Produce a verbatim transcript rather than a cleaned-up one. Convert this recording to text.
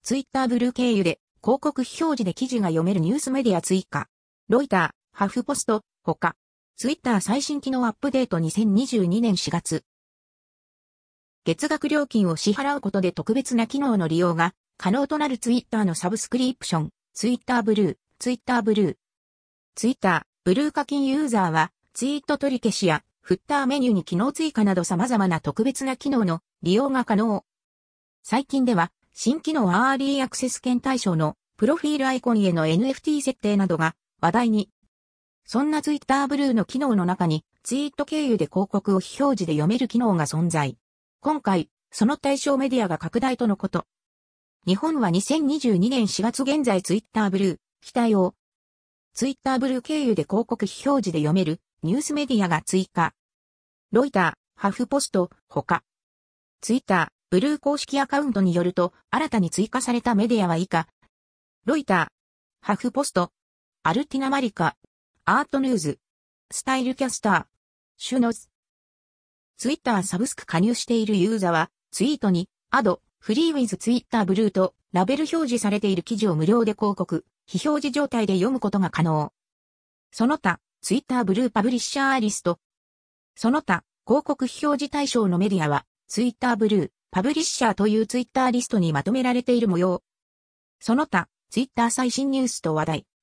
ツイッターブルー経由で広告非表示で記事が読めるニュースメディア追加。ロイター、ハフポスト、他。ツイッター最新機能アップデートにせんにじゅうにねんしがつ。月額料金を支払うことで特別な機能の利用が可能となるツイッターのサブスクリプション、ツイッターブルー、ツイッターブルー。ツイッター、ブルー課金ユーザーはツイート取り消しやフッターメニューに機能追加など様々な特別な機能の利用が可能。最近では新機能アーリーアクセス権対象のプロフィールアイコンへの エヌエフティー 設定などが話題に。そんなツイッターブルーの機能の中にツイート経由で広告を非表示で読める機能が存在。今回、その対象メディアが拡大とのこと。日本はにせんにじゅうにねんしがつ現在ツイッターブルー、非対応。ツイッターブルー経由で広告非表示で読めるニュースメディアが追加。ロイター、ハフポスト、他。ツイッター、ブルー公式アカウントによると、新たに追加されたメディアは以下。ロイター、ハフポスト、アルティナマリカ、アートニューズ、スタイルキャスター、シュノズ。ツイッターサブスク加入しているユーザーは、ツイートに、アド、フリーウィズツイッターブルーとラベル表示されている記事を無料で広告、非表示状態で読むことが可能。その他、ツイッターブルーパブリッシャーリスト。その他、広告非表示対象のメディアは、ツイッターブルー、パブリッシャーというツイッターリストにまとめられている模様。その他、ツイッター最新ニュースと話題。